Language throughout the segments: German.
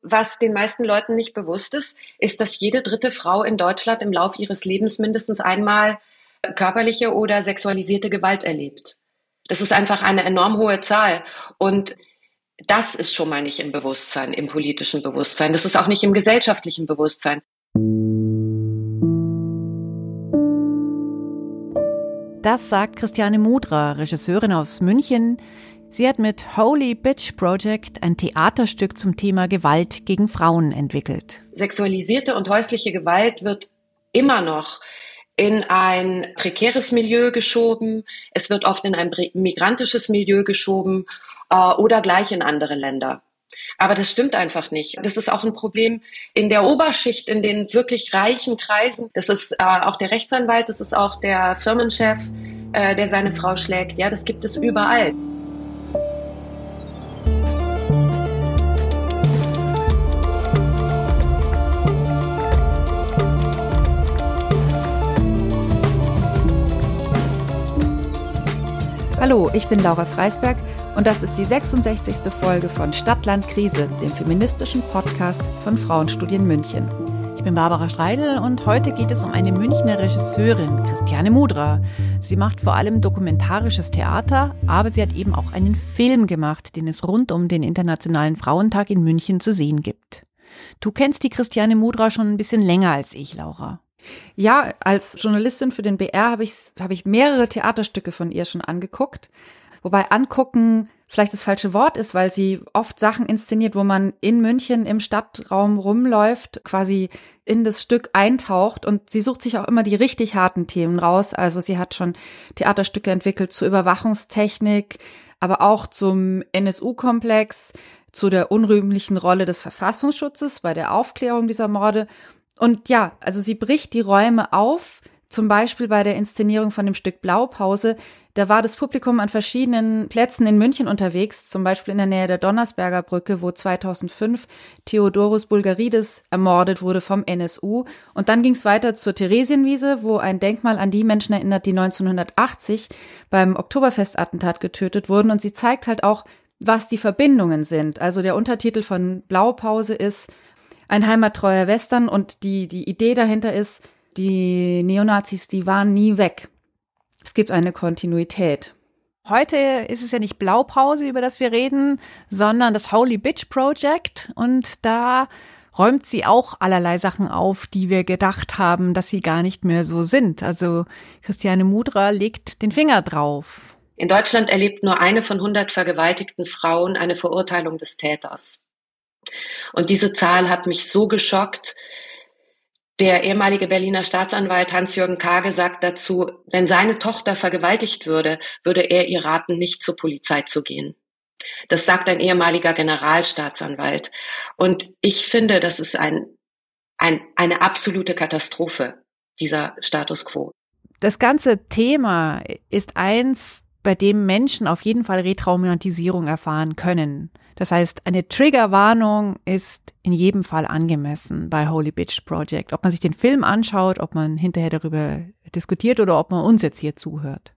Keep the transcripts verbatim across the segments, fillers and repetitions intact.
was den meisten Leuten nicht bewusst ist, ist, dass jede dritte Frau in Deutschland im Laufe ihres Lebens mindestens einmal körperliche oder sexualisierte Gewalt erlebt. Das ist einfach eine enorm hohe Zahl. Und das ist schon mal nicht im Bewusstsein, im politischen Bewusstsein. Das ist auch nicht im gesellschaftlichen Bewusstsein. Das sagt Christiane Mudra, Regisseurin aus München. Sie hat mit Holy Bitch Project ein Theaterstück zum Thema Gewalt gegen Frauen entwickelt. Sexualisierte und häusliche Gewalt wird immer noch in ein prekäres Milieu geschoben. Es wird oft in ein migrantisches Milieu geschoben äh, oder gleich in andere Länder. Aber das stimmt einfach nicht. Das ist auch ein Problem in der Oberschicht, in den wirklich reichen Kreisen. Das ist äh, auch der Rechtsanwalt, das ist auch der Firmenchef, äh, der seine Frau schlägt. Ja, das gibt es überall. Hallo, ich bin Laura Freisberg und das ist die sechsundsechzigste Folge von Stadtland Krise, dem feministischen Podcast von Frauenstudien München. Ich bin Barbara Streidel und heute geht es um eine Münchner Regisseurin, Christiane Mudra. Sie macht vor allem dokumentarisches Theater, aber sie hat eben auch einen Film gemacht, den es rund um den Internationalen Frauentag in München zu sehen gibt. Du kennst die Christiane Mudra schon ein bisschen länger als ich, Laura. Ja, als Journalistin für den B R habe ich, habe ich mehrere Theaterstücke von ihr schon angeguckt. Wobei angucken vielleicht das falsche Wort ist, weil sie oft Sachen inszeniert, wo man in München im Stadtraum rumläuft, quasi in das Stück eintaucht, und sie sucht sich auch immer die richtig harten Themen raus. Also sie hat schon Theaterstücke entwickelt zur Überwachungstechnik, aber auch zum N S U-Komplex, zu der unrühmlichen Rolle des Verfassungsschutzes bei der Aufklärung dieser Morde. Und ja, also sie bricht die Räume auf, zum Beispiel bei der Inszenierung von dem Stück Blaupause. Da war das Publikum an verschiedenen Plätzen in München unterwegs, zum Beispiel in der Nähe der Donnersberger Brücke, wo zweitausendfünf Theodorus Bulgarides ermordet wurde vom N S U. Und dann ging es weiter zur Theresienwiese, wo ein Denkmal an die Menschen erinnert, die neunzehnhundertachtzig beim Oktoberfestattentat getötet wurden. Und sie zeigt halt auch, was die Verbindungen sind. Also der Untertitel von Blaupause ist ein heimattreuer Western, und die, die Idee dahinter ist, die Neonazis, die waren nie weg. Es gibt eine Kontinuität. Heute ist es ja nicht Blaupause, über das wir reden, sondern das Holy Bitch Project, und da räumt sie auch allerlei Sachen auf, die wir gedacht haben, dass sie gar nicht mehr so sind. Also Christiane Mudra legt den Finger drauf. In Deutschland erlebt nur eine von hundert vergewaltigten Frauen eine Verurteilung des Täters. Und diese Zahl hat mich so geschockt. Der ehemalige Berliner Staatsanwalt Hans-Jürgen Kage sagt dazu, wenn seine Tochter vergewaltigt würde, würde er ihr raten, nicht zur Polizei zu gehen. Das sagt ein ehemaliger Generalstaatsanwalt. Und ich finde, das ist ein, ein, eine absolute Katastrophe, dieser Status quo. Das ganze Thema ist eins, bei dem Menschen auf jeden Fall Retraumatisierung erfahren können. Das heißt, eine Triggerwarnung ist in jedem Fall angemessen bei Holy Bitch Project. Ob man sich den Film anschaut, ob man hinterher darüber diskutiert oder ob man uns jetzt hier zuhört.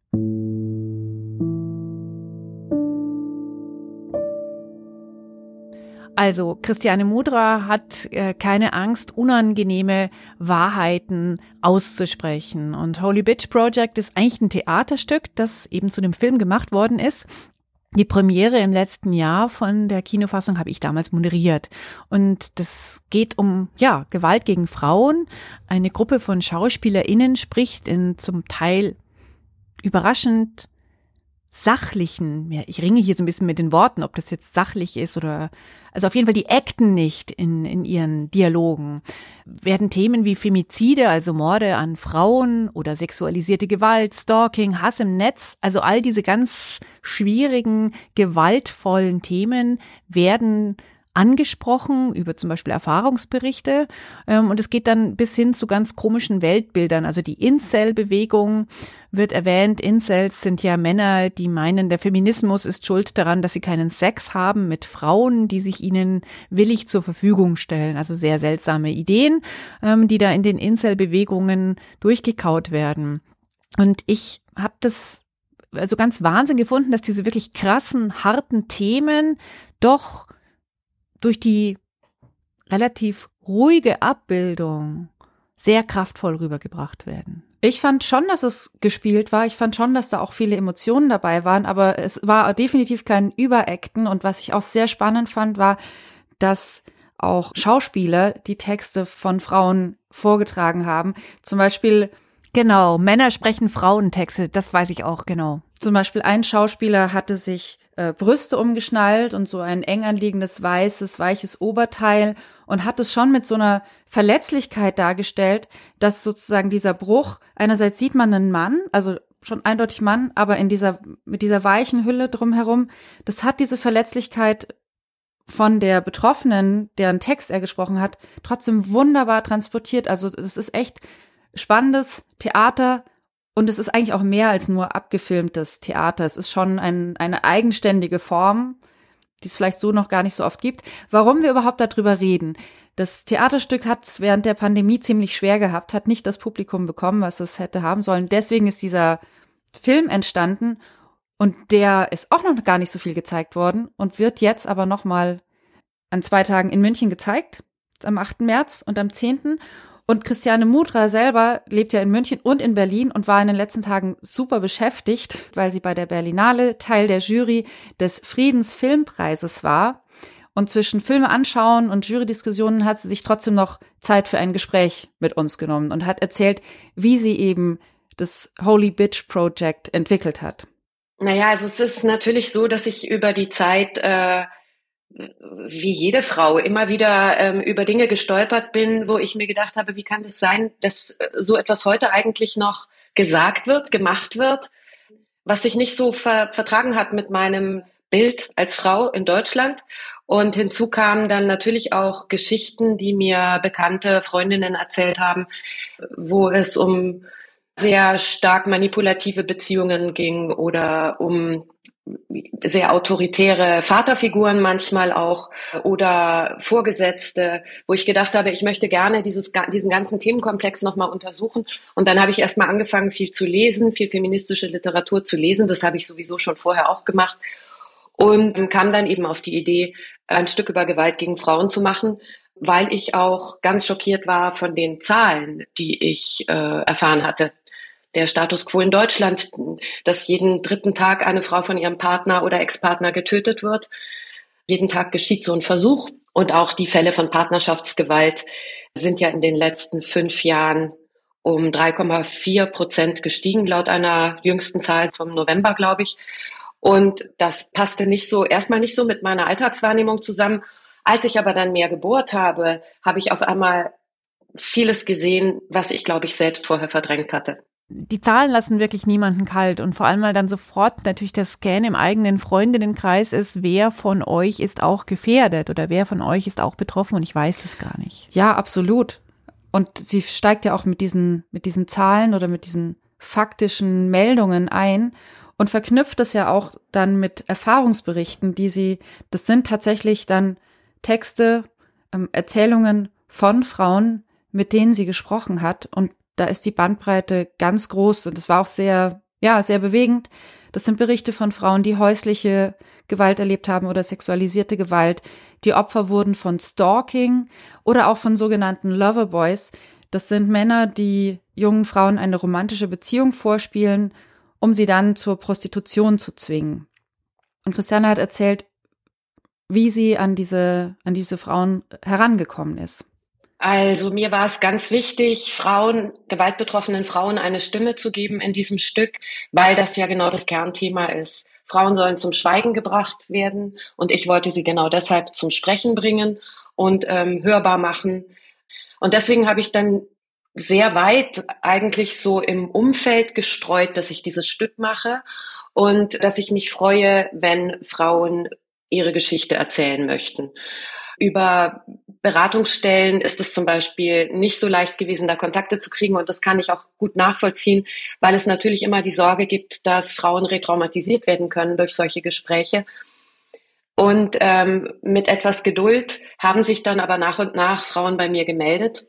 Also, Christiane Mudra hat äh, keine Angst, unangenehme Wahrheiten auszusprechen. Und Holy Bitch Project ist eigentlich ein Theaterstück, das eben zu dem Film gemacht worden ist. Die Premiere im letzten Jahr von der Kinofassung habe ich damals moderiert. Und das geht um, ja, Gewalt gegen Frauen. Eine Gruppe von SchauspielerInnen spricht in zum Teil überraschend sachlichen, ja, ich ringe hier so ein bisschen mit den Worten, ob das jetzt sachlich ist oder, also auf jeden Fall, die acten nicht in, in ihren Dialogen. Werden Themen wie Femizide, also Morde an Frauen oder sexualisierte Gewalt, Stalking, Hass im Netz, also all diese ganz schwierigen, gewaltvollen Themen werden angesprochen über zum Beispiel Erfahrungsberichte, ähm, und es geht dann bis hin zu ganz komischen Weltbildern. Also die Incel-Bewegung wird erwähnt. Incels sind ja Männer, die meinen, der Feminismus ist schuld daran, dass sie keinen Sex haben mit Frauen, die sich ihnen willig zur Verfügung stellen. Also sehr seltsame Ideen, ähm, die da in den Incel-Bewegungen durchgekaut werden. Und ich habe das also ganz Wahnsinn gefunden, dass diese wirklich krassen, harten Themen doch durch die relativ ruhige Abbildung sehr kraftvoll rübergebracht werden. Ich fand schon, dass es gespielt war. Ich fand schon, dass da auch viele Emotionen dabei waren, aber es war definitiv kein Überacten. Und was ich auch sehr spannend fand, war, dass auch Schauspieler die Texte von Frauen vorgetragen haben. Zum Beispiel Genau, Männer sprechen Frauentexte, das weiß ich auch genau. Zum Beispiel ein Schauspieler hatte sich äh, Brüste umgeschnallt und so ein eng anliegendes weißes, weiches Oberteil und hat es schon mit so einer Verletzlichkeit dargestellt, dass sozusagen dieser Bruch, einerseits sieht man einen Mann, also schon eindeutig Mann, aber in dieser, mit dieser weichen Hülle drumherum, das hat diese Verletzlichkeit von der Betroffenen, deren Text er gesprochen hat, trotzdem wunderbar transportiert. Also es ist echt spannendes Theater und es ist eigentlich auch mehr als nur abgefilmtes Theater. Es ist schon ein, eine eigenständige Form, die es vielleicht so noch gar nicht so oft gibt. Warum wir überhaupt darüber reden? Das Theaterstück hat es während der Pandemie ziemlich schwer gehabt, hat nicht das Publikum bekommen, was es hätte haben sollen. Deswegen ist dieser Film entstanden und der ist auch noch gar nicht so viel gezeigt worden und wird jetzt aber noch mal an zwei Tagen in München gezeigt, am achten März und am zehnten Und Christiane Mudra selber lebt ja in München und in Berlin und war in den letzten Tagen super beschäftigt, weil sie bei der Berlinale Teil der Jury des Friedensfilmpreises war. Und zwischen Filme anschauen und Jurydiskussionen hat sie sich trotzdem noch Zeit für ein Gespräch mit uns genommen und hat erzählt, wie sie eben das Holy Bitch Project entwickelt hat. Naja, also es ist natürlich so, dass ich über die Zeit äh, wie jede Frau immer wieder ähm, über Dinge gestolpert bin, wo ich mir gedacht habe, wie kann das sein, dass so etwas heute eigentlich noch gesagt wird, gemacht wird, was sich nicht so ver- vertragen hat mit meinem Bild als Frau in Deutschland. Und hinzu kamen dann natürlich auch Geschichten, die mir bekannte Freundinnen erzählt haben, wo es um sehr stark manipulative Beziehungen ging oder um sehr autoritäre Vaterfiguren manchmal auch oder Vorgesetzte, wo ich gedacht habe, ich möchte gerne dieses, diesen ganzen Themenkomplex nochmal untersuchen. Und dann habe ich erstmal angefangen, viel zu lesen, viel feministische Literatur zu lesen. Das habe ich sowieso schon vorher auch gemacht. Und kam dann eben auf die Idee, ein Stück über Gewalt gegen Frauen zu machen, weil ich auch ganz schockiert war von den Zahlen, die ich äh, erfahren hatte. Der Status quo in Deutschland, dass jeden dritten Tag eine Frau von ihrem Partner oder Ex-Partner getötet wird. Jeden Tag geschieht so ein Versuch. Und auch die Fälle von Partnerschaftsgewalt sind ja in den letzten fünf Jahren um drei Komma vier Prozent gestiegen, laut einer jüngsten Zahl vom November, glaube ich. Und das passte nicht so, erstmal nicht so mit meiner Alltagswahrnehmung zusammen. Als ich aber dann mehr gebohrt habe, habe ich auf einmal vieles gesehen, was ich, glaube ich, selbst vorher verdrängt hatte. Die Zahlen lassen wirklich niemanden kalt und vor allem, weil dann sofort natürlich der Scan im eigenen Freundinnenkreis ist, wer von euch ist auch gefährdet oder wer von euch ist auch betroffen und ich weiß das gar nicht. Ja, absolut. Und sie steigt ja auch mit diesen, mit diesen Zahlen oder mit diesen faktischen Meldungen ein und verknüpft es ja auch dann mit Erfahrungsberichten, die sie, das sind tatsächlich dann Texte, ähm, Erzählungen von Frauen, mit denen sie gesprochen hat und da ist die Bandbreite ganz groß und es war auch sehr, ja, sehr bewegend. Das sind Berichte von Frauen, die häusliche Gewalt erlebt haben oder sexualisierte Gewalt, die Opfer wurden von Stalking oder auch von sogenannten Loverboys. Das sind Männer, die jungen Frauen eine romantische Beziehung vorspielen, um sie dann zur Prostitution zu zwingen. Und Christiane hat erzählt, wie sie an diese, an diese Frauen herangekommen ist. Also mir war es ganz wichtig, Frauen, gewaltbetroffenen Frauen eine Stimme zu geben in diesem Stück, weil das ja genau das Kernthema ist. Frauen sollen zum Schweigen gebracht werden und ich wollte sie genau deshalb zum Sprechen bringen und ähm, hörbar machen. Und deswegen habe ich dann sehr weit eigentlich so im Umfeld gestreut, dass ich dieses Stück mache und dass ich mich freue, wenn Frauen ihre Geschichte erzählen möchten. Über Beratungsstellen ist es zum Beispiel nicht so leicht gewesen, da Kontakte zu kriegen und das kann ich auch gut nachvollziehen, weil es natürlich immer die Sorge gibt, dass Frauen retraumatisiert werden können durch solche Gespräche. Und ähm, mit etwas Geduld haben sich dann aber nach und nach Frauen bei mir gemeldet.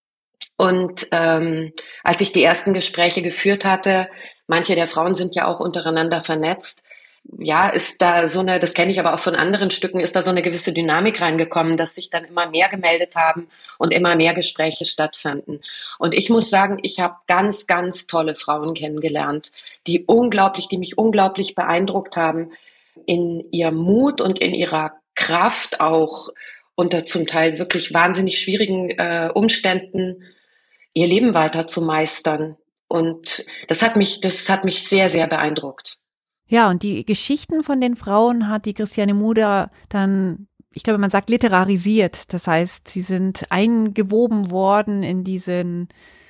Und ähm, als ich die ersten Gespräche geführt hatte, manche der Frauen sind ja auch untereinander vernetzt, ja, ist da so eine, das kenne ich aber auch von anderen Stücken, ist da so eine gewisse Dynamik reingekommen, dass sich dann immer mehr gemeldet haben und immer mehr Gespräche stattfanden. Und ich muss sagen, ich habe ganz, ganz tolle Frauen kennengelernt, die unglaublich, die mich unglaublich beeindruckt haben in ihrem Mut und in ihrer Kraft, auch unter zum Teil wirklich wahnsinnig schwierigen äh, Umständen ihr Leben weiter zu meistern. Und das hat mich, das hat mich sehr, sehr beeindruckt. Ja, und die Geschichten von den Frauen hat die Christiane Muder dann, ich glaube, man sagt literarisiert. Das heißt, sie sind eingewoben worden in diesen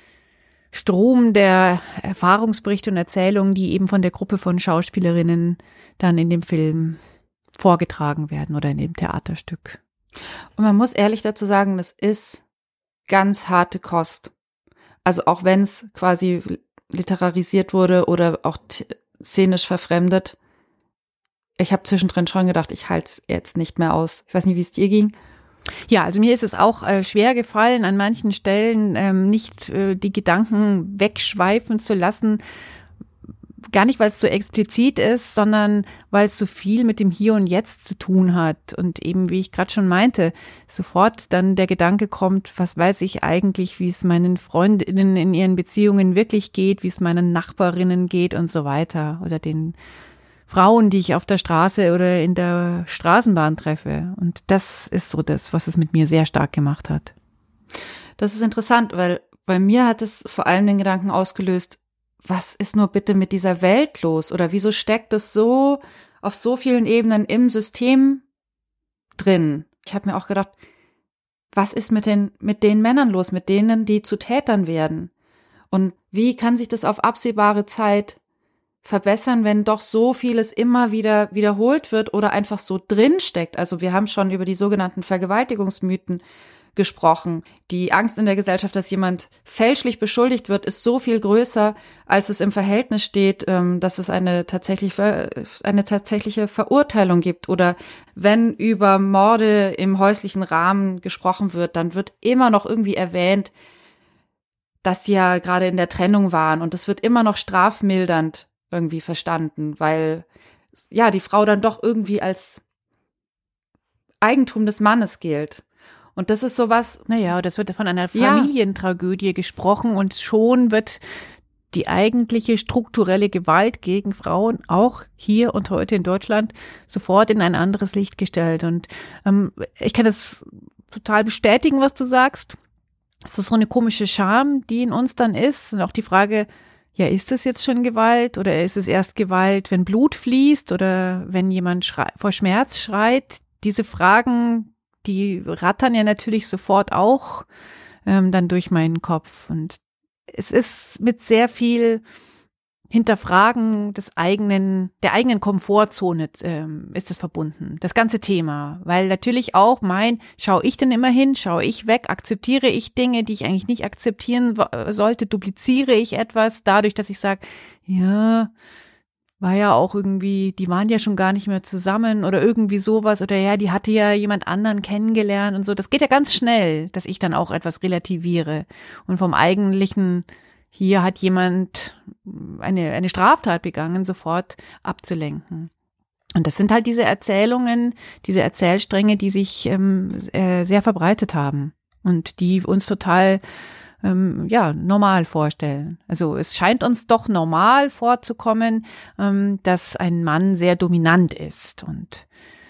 Strom der Erfahrungsberichte und Erzählungen, die eben von der Gruppe von Schauspielerinnen dann in dem Film vorgetragen werden oder in dem Theaterstück. Und man muss ehrlich dazu sagen, das ist ganz harte Kost. Also auch wenn es quasi literarisiert wurde oder auch t- szenisch verfremdet. Ich habe zwischendrin schon gedacht, ich halte es jetzt nicht mehr aus. Ich weiß nicht, wie es dir ging. Ja, also mir ist es auch äh, schwer gefallen, an manchen Stellen ähm, nicht äh, die Gedanken wegschweifen zu lassen. Gar nicht, weil es so explizit ist, sondern weil es so viel mit dem Hier und Jetzt zu tun hat. Und eben, wie ich gerade schon meinte, sofort dann der Gedanke kommt, was weiß ich eigentlich, wie es meinen Freundinnen in ihren Beziehungen wirklich geht, wie es meinen Nachbarinnen geht und so weiter. Oder den Frauen, die ich auf der Straße oder in der Straßenbahn treffe. Und das ist so das, was es mit mir sehr stark gemacht hat. Das ist interessant, weil bei mir hat es vor allem den Gedanken ausgelöst, was ist nur bitte mit dieser Welt los? Oder wieso steckt es so auf so vielen Ebenen im System drin? Ich habe mir auch gedacht, was ist mit den, mit den Männern los, mit denen, die zu Tätern werden? Und wie kann sich das auf absehbare Zeit verbessern, wenn doch so vieles immer wieder wiederholt wird oder einfach so drin steckt? Also wir haben schon über die sogenannten Vergewaltigungsmythen gesprochen. Die Angst in der Gesellschaft, dass jemand fälschlich beschuldigt wird, ist so viel größer, als es im Verhältnis steht, dass es eine tatsächlich eine tatsächliche Verurteilung gibt. Oder wenn über Morde im häuslichen Rahmen gesprochen wird, dann wird immer noch irgendwie erwähnt, dass die ja gerade in der Trennung waren. Und das wird immer noch strafmildernd irgendwie verstanden, weil ja die Frau dann doch irgendwie als Eigentum des Mannes gilt. Und das ist sowas. Naja, das wird von einer Familientragödie ja. gesprochen und schon wird die eigentliche strukturelle Gewalt gegen Frauen auch hier und heute in Deutschland sofort in ein anderes Licht gestellt. Und ähm, ich kann das total bestätigen, was du sagst. Es ist so eine komische Scham, die in uns dann ist. Und auch die Frage, ja, ist das jetzt schon Gewalt oder ist es erst Gewalt, wenn Blut fließt oder wenn jemand schrei- vor Schmerz schreit? Diese Fragen, die rattern ja natürlich sofort auch ähm, dann durch meinen Kopf. Und es ist mit sehr viel Hinterfragen des eigenen, der eigenen Komfortzone ähm, ist es verbunden, das ganze Thema. Weil natürlich auch mein, schaue ich denn immer hin, schaue ich weg, akzeptiere ich Dinge, die ich eigentlich nicht akzeptieren sollte, dupliziere ich etwas dadurch, dass ich sage, ja, war ja auch irgendwie, die waren ja schon gar nicht mehr zusammen oder irgendwie sowas oder ja, die hatte ja jemand anderen kennengelernt und so. Das geht ja ganz schnell, dass ich dann auch etwas relativiere und vom eigentlichen, hier hat jemand eine, eine Straftat begangen, sofort abzulenken. Und das sind halt diese Erzählungen, diese Erzählstränge, die sich ähm, äh, sehr verbreitet haben und die uns total Ähm, ja, normal vorstellen. Also es scheint uns doch normal vorzukommen, ähm, dass ein Mann sehr dominant ist und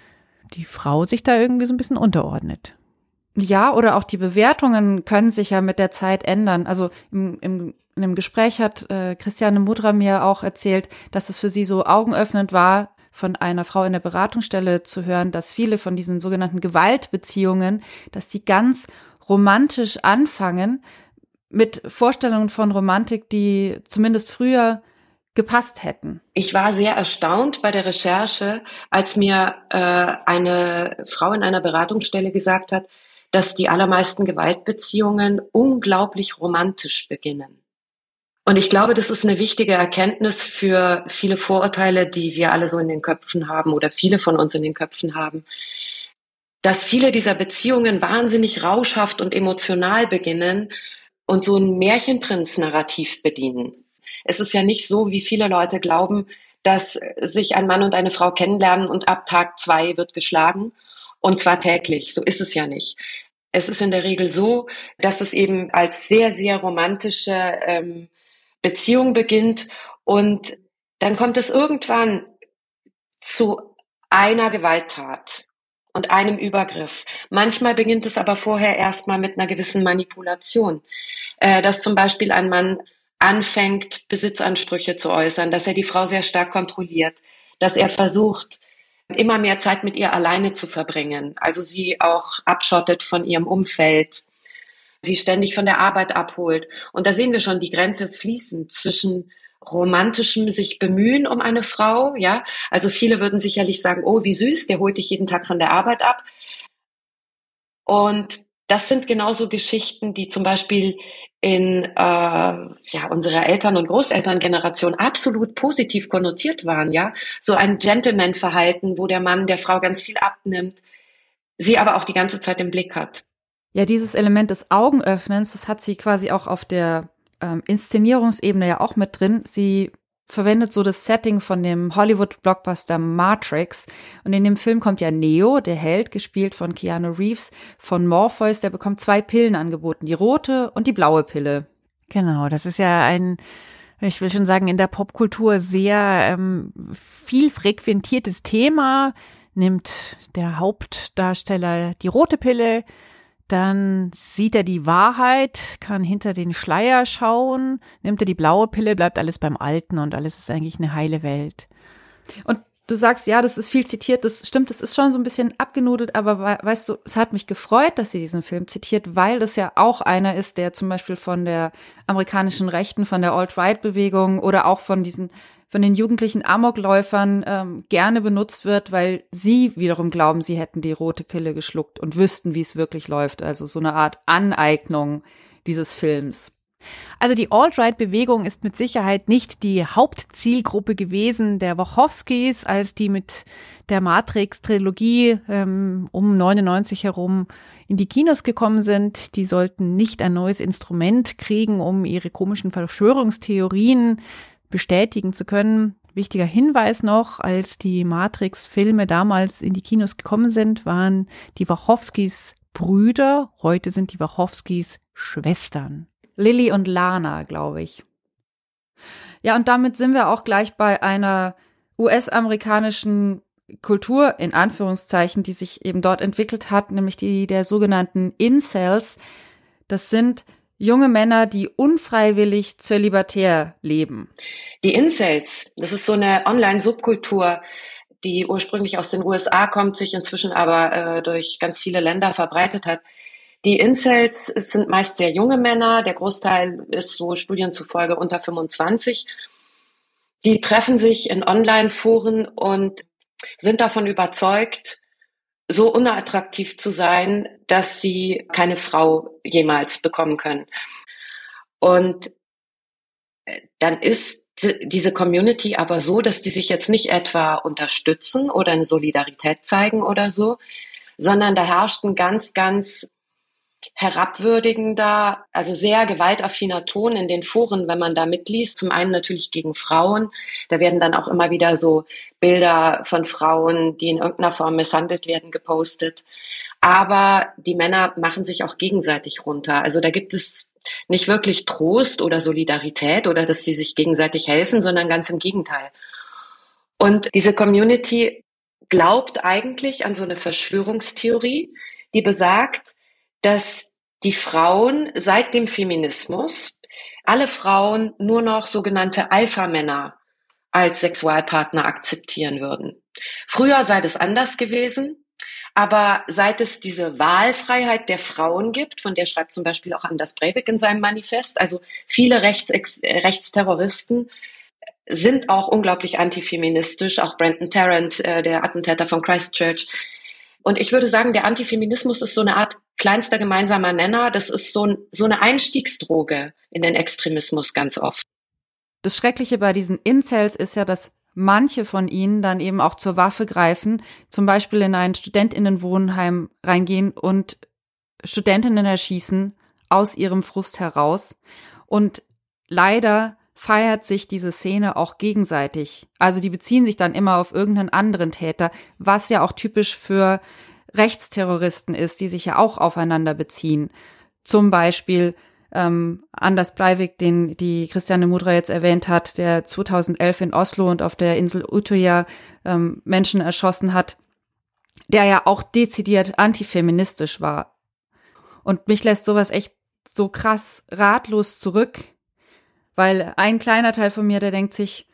die Frau sich da irgendwie so ein bisschen unterordnet. Ja, oder auch die Bewertungen können sich ja mit der Zeit ändern. Also im, im, in einem Gespräch hat äh, Christiane Muder mir auch erzählt, dass es für sie so augenöffnend war, von einer Frau in der Beratungsstelle zu hören, dass viele von diesen sogenannten Gewaltbeziehungen, dass die ganz romantisch anfangen, mit Vorstellungen von Romantik, die zumindest früher gepasst hätten. Ich war sehr erstaunt bei der Recherche, als mir äh, eine Frau in einer Beratungsstelle gesagt hat, dass die allermeisten Gewaltbeziehungen unglaublich romantisch beginnen. Und ich glaube, das ist eine wichtige Erkenntnis für viele Vorurteile, die wir alle so in den Köpfen haben oder viele von uns in den Köpfen haben, dass viele dieser Beziehungen wahnsinnig rauschhaft und emotional beginnen und so ein Märchenprinz-Narrativ bedienen. Es ist ja nicht so, wie viele Leute glauben, dass sich ein Mann und eine Frau kennenlernen und ab Tag zwei wird geschlagen. Und zwar täglich. So ist es ja nicht. Es ist in der Regel so, dass es eben als sehr, sehr romantische ähm, Beziehung beginnt und dann kommt es irgendwann zu einer Gewalttat und einem Übergriff. Manchmal beginnt es aber vorher erstmal mit einer gewissen Manipulation, äh, dass zum Beispiel ein Mann anfängt, Besitzansprüche zu äußern, dass er die Frau sehr stark kontrolliert, dass er versucht, immer mehr Zeit mit ihr alleine zu verbringen, also sie auch abschottet von ihrem Umfeld, sie ständig von der Arbeit abholt. Und da sehen wir schon, die Grenze ist fließend zwischen romantischem sich bemühen um eine Frau, ja, also viele würden sicherlich sagen, oh, wie süß, der holt dich jeden Tag von der Arbeit ab. Und das sind genauso Geschichten, die zum Beispiel in äh, ja, unserer Eltern- und Großelterngeneration absolut positiv konnotiert waren, ja. So ein Gentleman-Verhalten, wo der Mann der Frau ganz viel abnimmt, sie aber auch die ganze Zeit im Blick hat. Ja, dieses Element des Augenöffnens, das hat sie quasi auch auf der ähm, Inszenierungsebene ja auch mit drin. Sie verwendet so das Setting von dem Hollywood-Blockbuster Matrix. Und in dem Film kommt ja Neo, der Held, gespielt von Keanu Reeves, von Morpheus, der bekommt zwei Pillen angeboten, die rote und die blaue Pille. Genau, das ist ja ein, ich will schon sagen, in der Popkultur sehr ähm, viel frequentiertes Thema. Nimmt der Hauptdarsteller die rote Pille, dann sieht er die Wahrheit, kann hinter den Schleier schauen, nimmt er die blaue Pille, bleibt alles beim Alten und alles ist eigentlich eine heile Welt. Und du sagst, ja, das ist viel zitiert, das stimmt, das ist schon so ein bisschen abgenudelt, aber weißt du, es hat mich gefreut, dass sie diesen Film zitiert, weil das ja auch einer ist, der zum Beispiel von der amerikanischen Rechten, von der Alt-Right-Bewegung oder auch von diesen von den jugendlichen Amokläufern ähm, gerne benutzt wird, weil sie wiederum glauben, sie hätten die rote Pille geschluckt und wüssten, wie es wirklich läuft. Also so eine Art Aneignung dieses Films. Also die Alt-Right-Bewegung ist mit Sicherheit nicht die Hauptzielgruppe gewesen der Wachowskis, als die mit der Matrix-Trilogie ähm, um neunundneunzig herum in die Kinos gekommen sind. Die sollten nicht ein neues Instrument kriegen, um ihre komischen Verschwörungstheorien bestätigen zu können. Wichtiger Hinweis noch, als die Matrix-Filme damals in die Kinos gekommen sind, waren die Wachowskis Brüder, heute sind die Wachowskis Schwestern. Lily und Lana, glaube ich. Ja, und damit sind wir auch gleich bei einer U S-amerikanischen Kultur, in Anführungszeichen, die sich eben dort entwickelt hat, nämlich die der sogenannten Incels. Das sind junge Männer, die unfreiwillig zölibatär leben. Die Incels, das ist so eine Online-Subkultur, die ursprünglich aus den U S A kommt, sich inzwischen aber äh, durch ganz viele Länder verbreitet hat. Die Incels sind meist sehr junge Männer, der Großteil ist so Studien zufolge unter fünfundzwanzig. Die treffen sich in Online-Foren und sind davon überzeugt, so unattraktiv zu sein, dass sie keine Frau jemals bekommen können. Und dann ist diese Community aber so, dass die sich jetzt nicht etwa unterstützen oder eine Solidarität zeigen oder so, sondern da herrscht ein ganz, ganz herabwürdigender, also sehr gewaltaffiner Ton in den Foren, wenn man da mitliest. Zum einen natürlich gegen Frauen. Da werden dann auch immer wieder so Bilder von Frauen, die in irgendeiner Form misshandelt werden, gepostet. Aber die Männer machen sich auch gegenseitig runter. Also da gibt es nicht wirklich Trost oder Solidarität oder dass sie sich gegenseitig helfen, sondern ganz im Gegenteil. Und diese Community glaubt eigentlich an so eine Verschwörungstheorie, die besagt, dass die Frauen seit dem Feminismus, alle Frauen nur noch sogenannte Alpha-Männer als Sexualpartner akzeptieren würden. Früher sei das anders gewesen, aber seit es diese Wahlfreiheit der Frauen gibt, von der schreibt zum Beispiel auch Anders Breivik in seinem Manifest, also viele Rechts- Rechtsterroristen sind auch unglaublich antifeministisch, auch Brandon Tarrant, äh, der Attentäter von Christchurch. Und ich würde sagen, der Antifeminismus ist so eine Art kleinster gemeinsamer Nenner. Das ist so, ein, so eine Einstiegsdroge in den Extremismus ganz oft. Das Schreckliche bei diesen Incels ist ja, dass manche von ihnen dann eben auch zur Waffe greifen, zum Beispiel in ein StudentInnenwohnheim reingehen und Studentinnen erschießen aus ihrem Frust heraus. Und leider feiert sich diese Szene auch gegenseitig. Also die beziehen sich dann immer auf irgendeinen anderen Täter, was ja auch typisch für Rechtsterroristen ist, die sich ja auch aufeinander beziehen. Zum Beispiel ähm, Anders Breivik, den die Christiane Mudra jetzt erwähnt hat, der zweitausendelf in Oslo und auf der Insel Utøya ähm, Menschen erschossen hat, der ja auch dezidiert antifeministisch war. Und mich lässt sowas echt so krass ratlos zurück, weil ein kleiner Teil von mir, der denkt sich,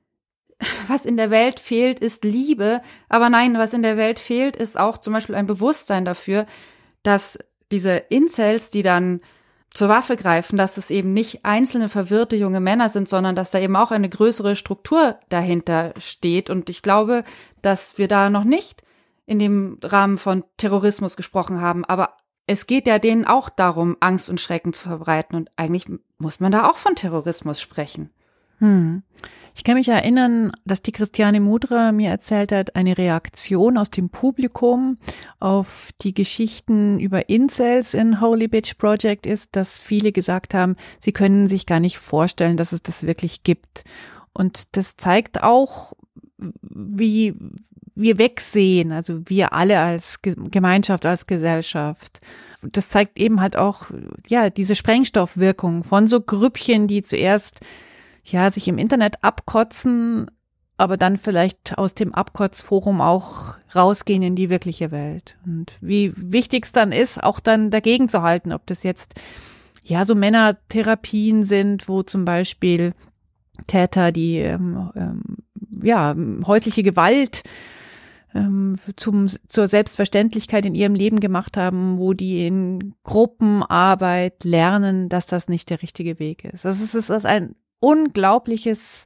was in der Welt fehlt, ist Liebe. Aber nein, was in der Welt fehlt, ist auch zum Beispiel ein Bewusstsein dafür, dass diese Incels, die dann zur Waffe greifen, dass es eben nicht einzelne verwirrte junge Männer sind, sondern dass da eben auch eine größere Struktur dahinter steht. Und ich glaube, dass wir da noch nicht in dem Rahmen von Terrorismus gesprochen haben. Aber es geht ja denen auch darum, Angst und Schrecken zu verbreiten. Und eigentlich muss man da auch von Terrorismus sprechen. Hm. Ich kann mich erinnern, dass die Christiane Mudra mir erzählt hat, eine Reaktion aus dem Publikum auf die Geschichten über Incels in Holy Bitch Project ist, dass viele gesagt haben, sie können sich gar nicht vorstellen, dass es das wirklich gibt. Und das zeigt auch, wie wir wegsehen, also wir alle als Gemeinschaft, als Gesellschaft. Das zeigt eben halt auch, ja, diese Sprengstoffwirkung von so Grüppchen, die zuerst ja, sich im Internet abkotzen, aber dann vielleicht aus dem Abkotzforum auch rausgehen in die wirkliche Welt. Und wie wichtig es dann ist, auch dann dagegen zu halten, ob das jetzt, ja, so Männertherapien sind, wo zum Beispiel Täter, die, ähm, ähm, ja, häusliche Gewalt ähm, zum, zur Selbstverständlichkeit in ihrem Leben gemacht haben, wo die in Gruppenarbeit lernen, dass das nicht der richtige Weg ist. Das ist, das ist ein unglaubliches,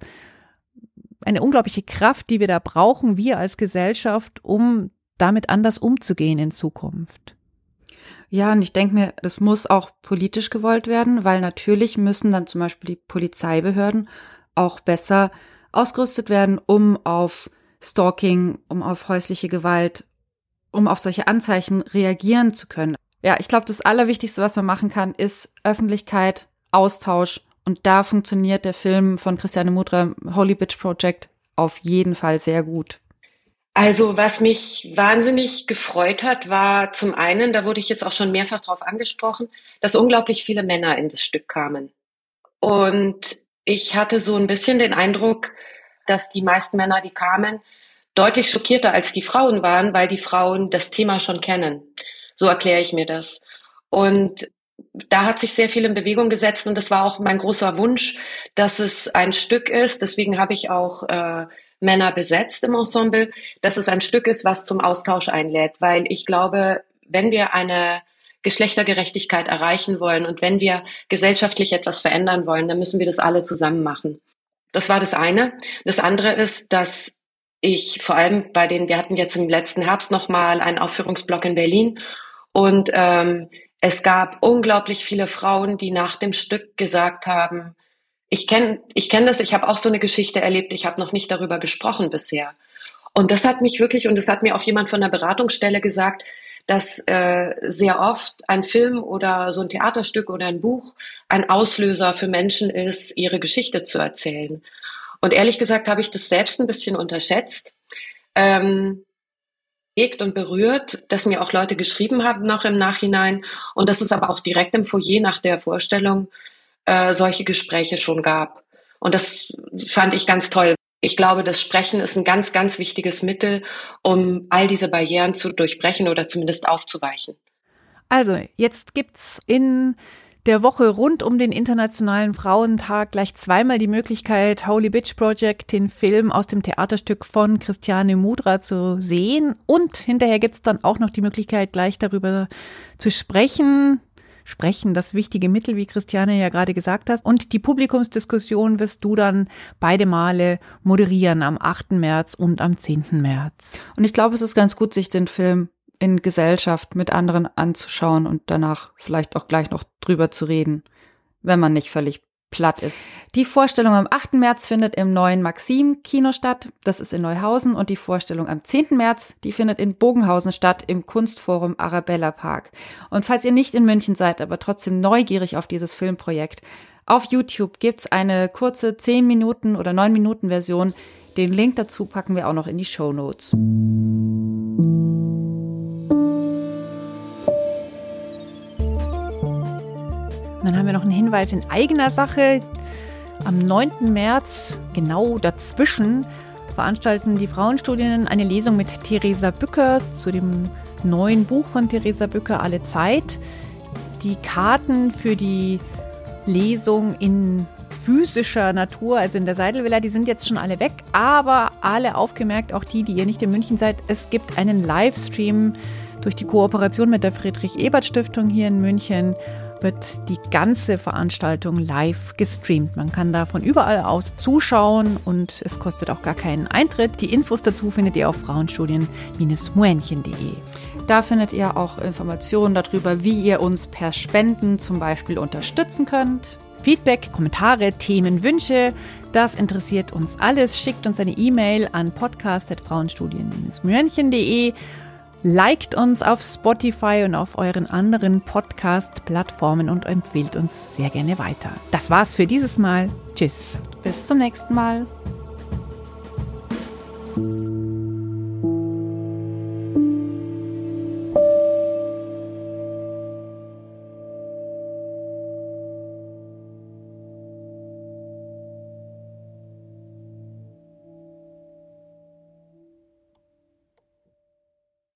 eine unglaubliche Kraft, die wir da brauchen, wir als Gesellschaft, um damit anders umzugehen in Zukunft. Ja, und ich denke mir, das muss auch politisch gewollt werden, weil natürlich müssen dann zum Beispiel die Polizeibehörden auch besser ausgerüstet werden, um auf Stalking, um auf häusliche Gewalt, um auf solche Anzeichen reagieren zu können. Ja, ich glaube, das Allerwichtigste, was man machen kann, ist Öffentlichkeit, Austausch. Und da funktioniert der Film von Christiane Mudra, Holy Bitch Project, auf jeden Fall sehr gut. Also was mich wahnsinnig gefreut hat, war zum einen, da wurde ich jetzt auch schon mehrfach drauf angesprochen, dass unglaublich viele Männer in das Stück kamen. Und ich hatte so ein bisschen den Eindruck, dass die meisten Männer, die kamen, deutlich schockierter als die Frauen waren, weil die Frauen das Thema schon kennen. So erkläre ich mir das. Und da hat sich sehr viel in Bewegung gesetzt und das war auch mein großer Wunsch, dass es ein Stück ist, deswegen habe ich auch äh, Männer besetzt im Ensemble, dass es ein Stück ist, was zum Austausch einlädt, weil ich glaube, wenn wir eine Geschlechtergerechtigkeit erreichen wollen und wenn wir gesellschaftlich etwas verändern wollen, dann müssen wir das alle zusammen machen. Das war das eine. Das andere ist, dass ich vor allem bei den, wir hatten jetzt im letzten Herbst nochmal einen Aufführungsblock in Berlin und ähm, es gab unglaublich viele Frauen, die nach dem Stück gesagt haben, ich kenne ich kenn das, ich habe auch so eine Geschichte erlebt, ich habe noch nicht darüber gesprochen bisher. Und das hat mich wirklich, und das hat mir auch jemand von der Beratungsstelle gesagt, dass äh, sehr oft ein Film oder so ein Theaterstück oder ein Buch ein Auslöser für Menschen ist, ihre Geschichte zu erzählen. Und ehrlich gesagt habe ich das selbst ein bisschen unterschätzt. Ähm, und berührt, dass mir auch Leute geschrieben haben noch im Nachhinein und dass es aber auch direkt im Foyer nach der Vorstellung äh, solche Gespräche schon gab. Und das fand ich ganz toll. Ich glaube, das Sprechen ist ein ganz, ganz wichtiges Mittel, um all diese Barrieren zu durchbrechen oder zumindest aufzuweichen. Also, jetzt gibt's in der Woche rund um den Internationalen Frauentag gleich zweimal die Möglichkeit, Holy Bitch Project, den Film aus dem Theaterstück von Christiane Mudra zu sehen. Und hinterher gibt's dann auch noch die Möglichkeit, gleich darüber zu sprechen. Sprechen, das wichtige Mittel, wie Christiane ja gerade gesagt hat. Und die Publikumsdiskussion wirst du dann beide Male moderieren, am achten März und am zehnten März. Und ich glaube, es ist ganz gut, sich den Film in Gesellschaft mit anderen anzuschauen und danach vielleicht auch gleich noch drüber zu reden, wenn man nicht völlig platt ist. Die Vorstellung am achten März findet im neuen Maxim-Kino statt. Das ist in Neuhausen. Und die Vorstellung am zehnten März, die findet in Bogenhausen statt, im Kunstforum Arabella Park. Und falls ihr nicht in München seid, aber trotzdem neugierig auf dieses Filmprojekt, Auf YouTube gibt's eine kurze zehn Minuten oder neun Minuten Version. Den Link dazu packen wir auch noch in die Shownotes. Dann haben wir noch einen Hinweis in eigener Sache. Am neunten März, genau dazwischen, veranstalten die Frauenstudien eine Lesung mit Theresa Bücker zu dem neuen Buch von Theresa Bücker, Alle Zeit. Die Karten für die Lesung in physischer Natur, also in der Seidelvilla, die sind jetzt schon alle weg, aber alle aufgemerkt, auch die, die ihr nicht in München seid, es gibt einen Livestream durch die Kooperation mit der Friedrich-Ebert-Stiftung hier in München, wird die ganze Veranstaltung live gestreamt. Man kann da von überall aus zuschauen und es kostet auch gar keinen Eintritt. Die Infos dazu findet ihr auf frauenstudien Bindestrich muenchen punkt de. Da findet ihr auch Informationen darüber, wie ihr uns per Spenden zum Beispiel unterstützen könnt. Feedback, Kommentare, Themen, Wünsche, das interessiert uns alles. Schickt uns eine E-Mail an podcast at frauenstudien Bindestrich muenchen punkt de. Liked uns auf Spotify und auf euren anderen Podcast-Plattformen und empfehlt uns sehr gerne weiter. Das war's für dieses Mal. Tschüss. Bis zum nächsten Mal.